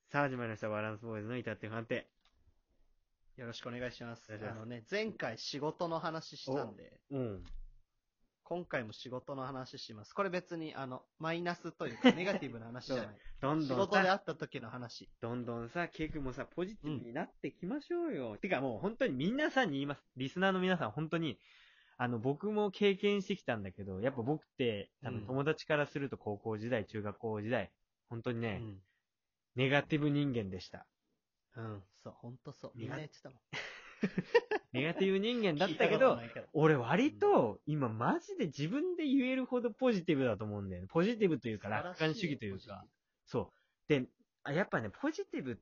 さあ始まりました。バランスボーイズの至って不安定。 よろしくお願いします。 お願いします前回仕事の話したんで、 うん。 今回も仕事の話します。これ別に、マイナスというか、ネガティブな話じゃない。 どん仕どんさ、 事で会った時の話。 ケイ君もさ、ポジティブになってきましょうよ。てかもう本当に皆さんに言います。リスナーの皆さん、本当に、僕も経験してきたんだけど、やっぱ僕って、多分友達からすると高校時代、中学校時代、本当にね、ネガティブ人間でした。 うん、そう、ほんとそう。みんな言ってたもん。 ネガティブ人間だったけ聞いたことどないけど、 俺割と今マジで自分で言えるほどポジティブだと思うんだよね。ポジティブというか楽観主義というか。そう。で、やっぱね、ポジティブって、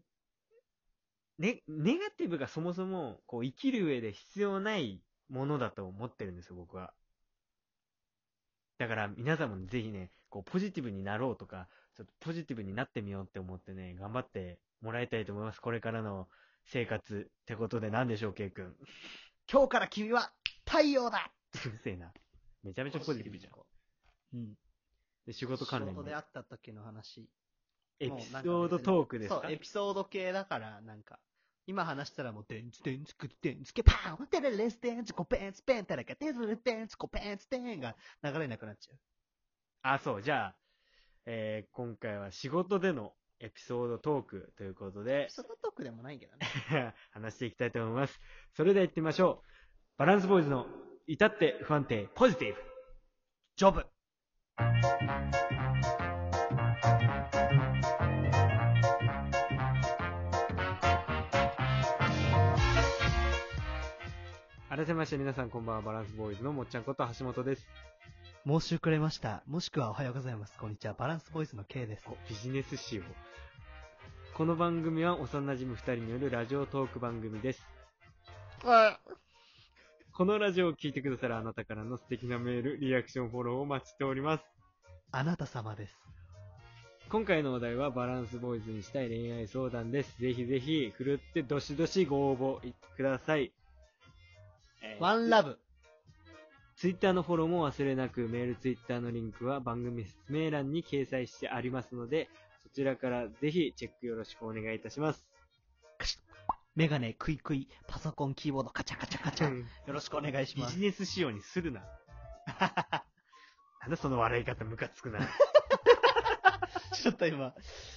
ネガティブがそもそもこう生きる上で必要ないものだと思ってるんですよ、僕は。だから皆さんもぜひね、こうポジティブになろうとか、ちょっとポジティブになってみようって思ってね、頑張ってもらいたいと思います。これからの生活ってことで何でしょう、ケイ君。 今日から君は太陽だうるせえな。めちゃめちゃポジティブじゃん。 うん。 で、仕事関連の仕事で会った時の話。 エピソードトークですか？ そう、エピソード系だから、今話したらもう、デンツデンツクデンツケパーンテレレスデンツコペンツペンテレケテズルデンツコペンツテンが流れなくなっちゃう。 あ、そう、じゃあ、今回は仕事でのエピソードトークということエでピ、ソードトークでもないけどね。 話していきたいと思います。それでは行ってみましょう。バランスボーイズの至って不安定ポジティブ。 ジョブ。 改めまして皆さんこんばんは。バランスボーイズのもっちゃんこと橋本です。 申し遅れました。もしくはおはようございます。こんにちは。バランスボーイズの K です。 ビジネス仕様。この番組は幼馴染2人によるラジオトーク番組です。このラジオを聞いてくださるあなたからの素敵なメール、リアクション、フォローをお待ちしております。 あなた様です。 今回のお題はバランスボーイズにしたい恋愛相談です。ぜひぜひ、ふるってどしどしご応募ください。 ワンラブ。 ツイッターのフォローも忘れなく、メールツイッターのリンクは番組説明欄に掲載してありますので、そちらからぜひチェックよろしくお願いいたします。 メガネクイクイ、パソコンキーボードカチャカチャカチャ。よろしくお願いします。 ビジネス仕様にするな。なんだその笑い方ムカつくな。 ちょっと今、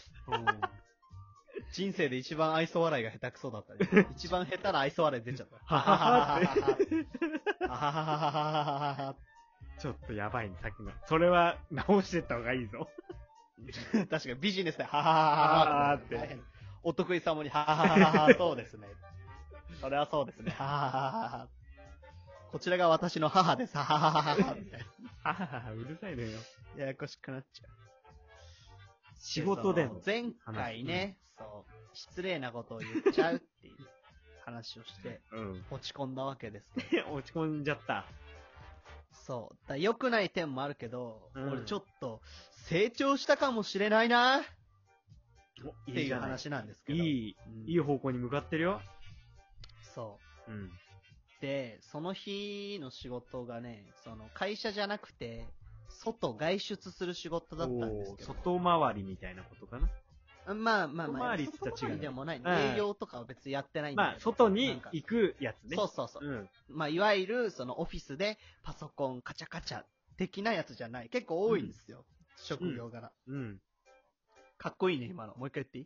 人生で一番愛想笑いが下手くそだったね。一番下手な愛想笑い出ちゃった。 はははって。 はははははは。 ちょっとやばいね、さっきの。それは直してった方がいいぞ。 確かにビジネスではははははって。お得意様にははははそうですね。それはそうですね。はははは。こちらが私の母です。ははははは。みたいな。 ははは、うるさいのよ。 ややこしくなっちゃう。 仕事での。 前回ね、そう、失礼なことを言っちゃうっていう話をして、落ち込んだわけですけど。 落ち込んじゃった。 そう。良くない点もあるけど、俺ちょっと成長したかもしれないなっていう話なんですけど。 いい方向に向かってるよ。 そう。で、その日の仕事がね、会社じゃなくて、外出する仕事だったんですけど。 外回りみたいなことかな。 まあ、 外回りって言ったら違う。 でもない。営業とかは別にやってないんだけど。 まあ、外に行くやつね。 そう。まあ、いわゆる、オフィスでパソコンカチャカチャ的なやつじゃない。結構多いんですよ。職業柄。かっこいいね、今の。もう一回言っていい？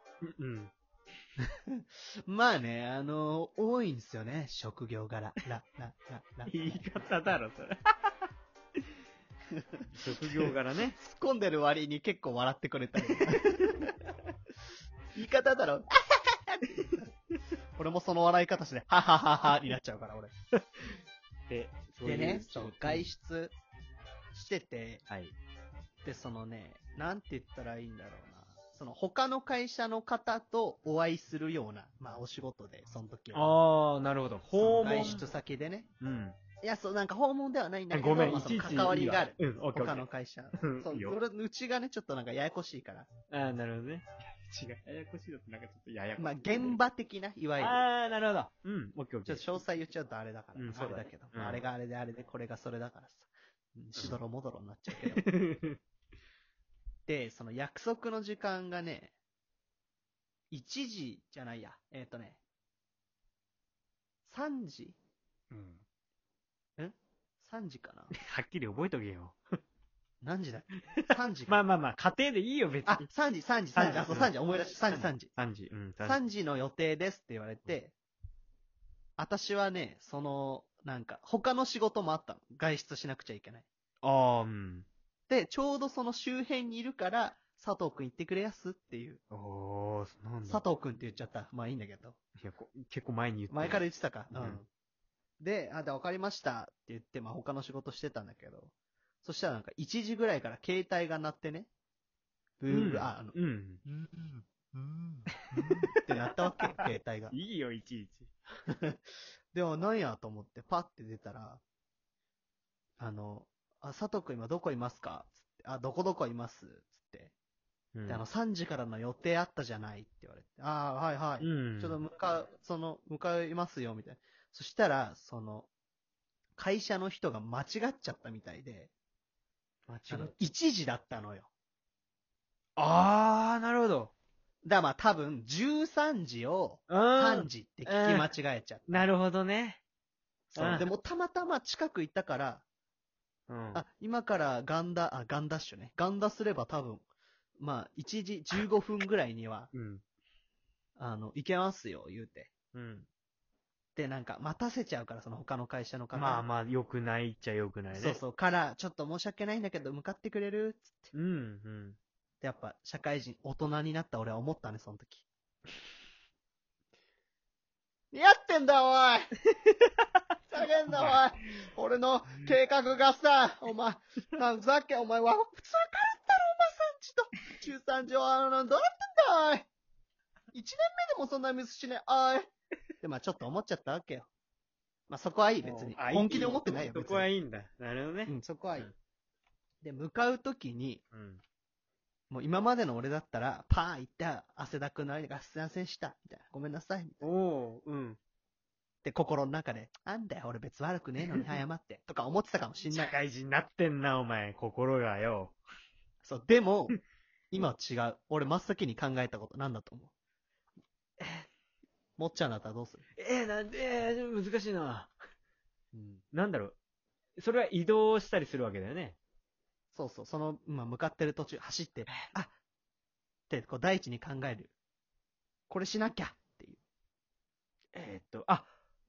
まあね、多いんですよね、職業柄。 言い方だろ、それ。職業柄ね。 突っ込んでる割に結構笑ってくれたり。言い方だろ。俺もその笑い方して、ははははになっちゃうから、俺。でね、外出してて、で、なんて言ったらいいんだろうな。他の会社の方とお会いするような、まあ、お仕事で、その時は。 ああ、なるほど。 外出先でね。いや、なんか訪問ではないんだけど、 ごめん、 関わりがある。他の会会社。うちがね、ちょっとなんかややこしいから。 ああ、なるほどね。ややこしいだとなんかちょっとややこしい。 まあ、現場的な、いわゆる。 ああ、なるほど。 ちょっと詳細言っちゃうとあれだから。あれだけど。あれがあれであれで、これがそれだからさ。しどろもどろになっちゃうけど。で、その約束の時間がね、 1時じゃないや。3時うん。 ?3 時かなはっきり覚えとけよ。 何時だっけ ?3 時か。 まあまあまあ、家庭でいいよ、別あ、 に。 3時。あ、そう、3時、思い出した。3時。 3時、うん、 3時の予定ですって言われて、私はね、なんか、他の仕事もあったの。外出しなくちゃいけない。 ああ、うん。 で、ちょうどその周辺にいるから、佐藤くん行ってくれやすっていう。 おー、なんだ。 佐藤くんって言っちゃった。まあいいんだけど。 いや、結構前に言ってる。 前から言ってたか。 うん。 で、わかりましたって言って、まあ他の仕事してたんだけど、そしたらなんか1時ぐらいから携帯が鳴ってね、ブうん。 ーブー、 うん。 ってなったわけよ、携帯が。 いいよ、いちいち。 でも何やと思ってパッて出たら、あの、佐藤くん今どこいますかつって、どこどこいますつって。 うん。 で、3時からの予定あったじゃないって言われて、はいはい。 うん。 ちょっと向かいますよ、みたいな。そしたら、会社の人が間違っちゃったみたいで、 間違っ 1時だったのよ。 あー、なるほど。 だからまあ多分、13時をうん。 3時って聞き間違えちゃった。 なるほどね。 そう。でもたまたま近く行ったから、 うん。 今からガンダッシュね。ガンダすれば多分、まあ、1時15分ぐらいには、 うん。 行けますよ、言うて。 うん。 で、なんか、待たせちゃうから、その他の会社の方に。 まあまあ、良くないっちゃ良くないね。 そうそう、から、ちょっと申し訳ないんだけど、向かってくれるつって。 うん。うん。 で、やっぱ、社会人、大人になった俺は思ったね、その時。似合ってんだ、おいふざけんな、おい俺の計画がさ、お前、ふざけ、お前は、普通帰ったろ、お前3時と、13時は、どうやってんだ、おい1年目でもそんなミスしねえ、おいで、まあちょっと思っちゃったわけよ。まあそこはいい、別に。本気で思ってないよ、別に。 そこはいいんだ。なるほどね。 うん、そこはいい。で、向かうときに、 うん。 もう今までの俺だったら、パーン行ったら汗だくなりがすいませんした、みたいな。ごめんなさい、みたいな。 おー、うん。 で、心の中で、なんだよ、俺別に悪くねえのに謝って、とか思ってたかもしんない。 社会人になってんな、お前。心がよ。 そう、でも、今は違う。俺真っ先に考えたことなんだと思う。もっちゃんだったらどうする？ なんで、難しいな。 うん。 なんだろう。それは移動したりするわけだよね。 そうそう、向かってる途中、走って、って、こう、第一に考える。これしなきゃっていう。 あ、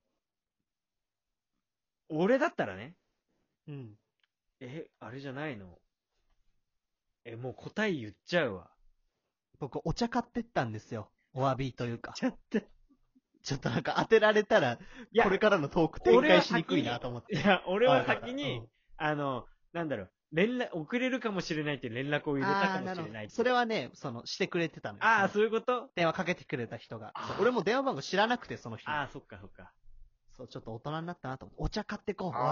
俺だったらね。 うん。 あれじゃないの。もう答え言っちゃうわ。 僕、お茶買ってったんですよ。お詫びというか。 ちょっと。 ちょっとなんか当てられたら、これからのトーク展開しにくいなと思って。 いや、俺は先に、なんだろう、遅れるかもしれないっていう連絡を入れたかもしれない。 それはね、してくれてたのよ。そういうこと？ 電話かけてくれた人が。俺も電話番号知らなくて、その人。 そっかそっか。 そう、ちょっと大人になったなと思って。お茶買ってこう、お詫び。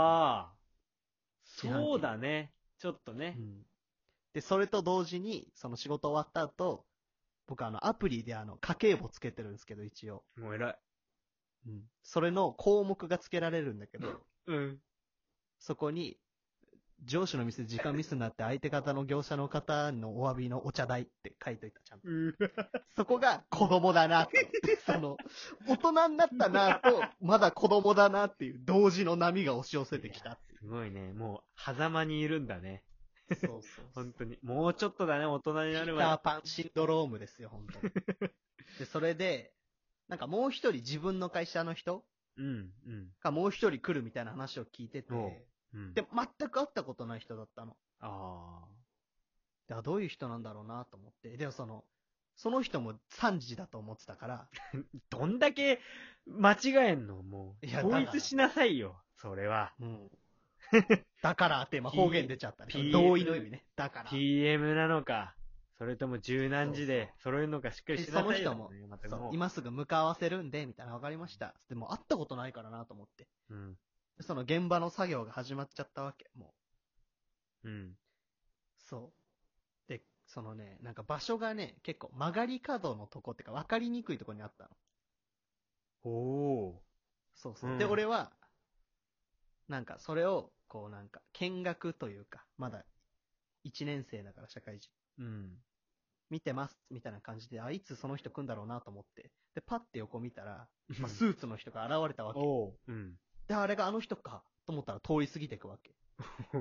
そうだね。ちょっとね。 で、それと同時に、その仕事終わった後、僕アプリで家計簿つけてるんですけど、一応。 もう偉い。 それの項目がつけられるんだけど、そこに、上司の店で時間ミスになって相手方の業者の方のお詫びのお茶代って書いといた、ちゃんと。そこが子供だなと。大人になったなと、まだ子供だなっていう同時の波が押し寄せてきた。 すごいね。もう、狭間にいるんだね。 そう。 本当に。もうちょっとだね、大人になるまで。ピーターパンシンドロームですよ、本当に。で、それで、なんかもう一人自分の会社の人がもう一人来るみたいな話を聞いてて、で、全く会ったことない人だったの。どういう人なんだろうなと思って。でもその人も3時だと思ってたから。 どんだけ間違えんのもう。統一しなさいよ、それは。 だからって、方言出ちゃったね。同意の意味ね。だから。 PM なのか、それとも十何時で揃えるのかしっかりしなさいよ。 その人も、今すぐ向かわせるんで、みたいな、わかりました。でも会ったことないからなと思って。その現場の作業が始まっちゃったわけ、もう。そう。で、なんか場所がね、結構曲がり角のとこってか分かりにくいとこにあったの。そう。で、俺は、なんかそれを、こうなんか、見学というか、まだ1年生だから社会人。 見てます、みたいな感じで、いつその人来んだろうなと思って。で、パッて横見たら、スーツの人が現れたわけ。 うん。 で、あれがあの人か、と思ったら通り過ぎていくわけ。 うん。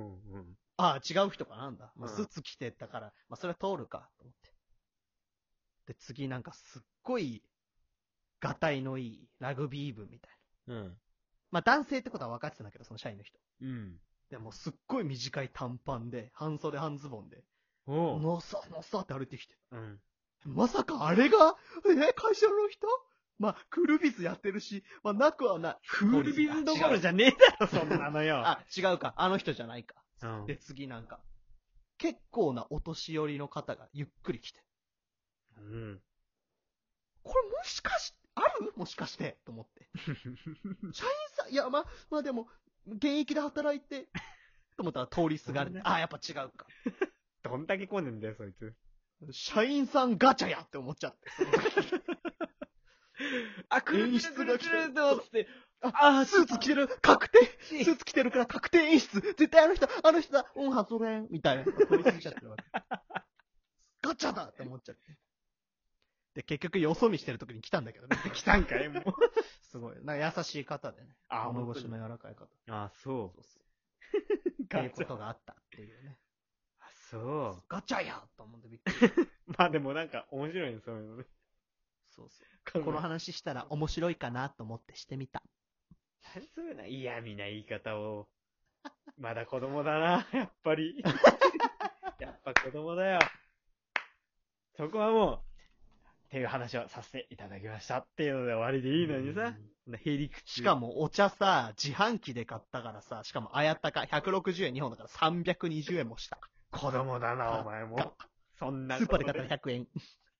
違う人かなんだ。スーツ着てたから、それは通るか、と思って。で、次なんかすっごい、がたいのいいラグビー部みたいな。男性ってことは分かってたんだけど、その社員の人。でもすっごい短い短パンで、半袖半ズボンで、のさのさって歩いてきて。まさかあれが、会社の人クールビズやってるし、なくはない。 クールビズどころじゃねえだろ、そんなのよ。 違うか。あの人じゃないか。で、次なんか、結構なお年寄りの方がゆっくり来て。これもしかして、もしかして、と思って。社員さん、いや、でも、現役で働いて、と思ったら通りすがれて、やっぱ違うか。 どんだけ来ねんだよ、そいつ。 社員さんガチャやって思っちゃって。 演出が来てるって思って、 スーツ着てる確定スーツ着てるから確定演出絶対あの人だ発言みたいな。取り過ぎちゃってるわけ。ガチャだって思っちゃって。で、結局よそ見してる時に来たんだけどね。 来たんかいもう。 すごい。優しい方でね。物腰の柔らかい方。 そう。 っていうことがあったっていうね。 そう。 ガチャやと思ってびっくり。 でもなんか面白いね、そういうのね。 そう。この話したら面白いかなと思ってしてみた。 そういうな嫌味な言い方を。まだ子供だな、やっぱり。やっぱ子供だよ。そこはもう、っていう話をさせていただきましたっていうので終わりでいいのにさ。へりくち。 しかもお茶さ、自販機で買ったからさ、しかもあやったか160円2本だから320円もした。 子供だな、お前も。そんな。 スーパーで買ったら100円。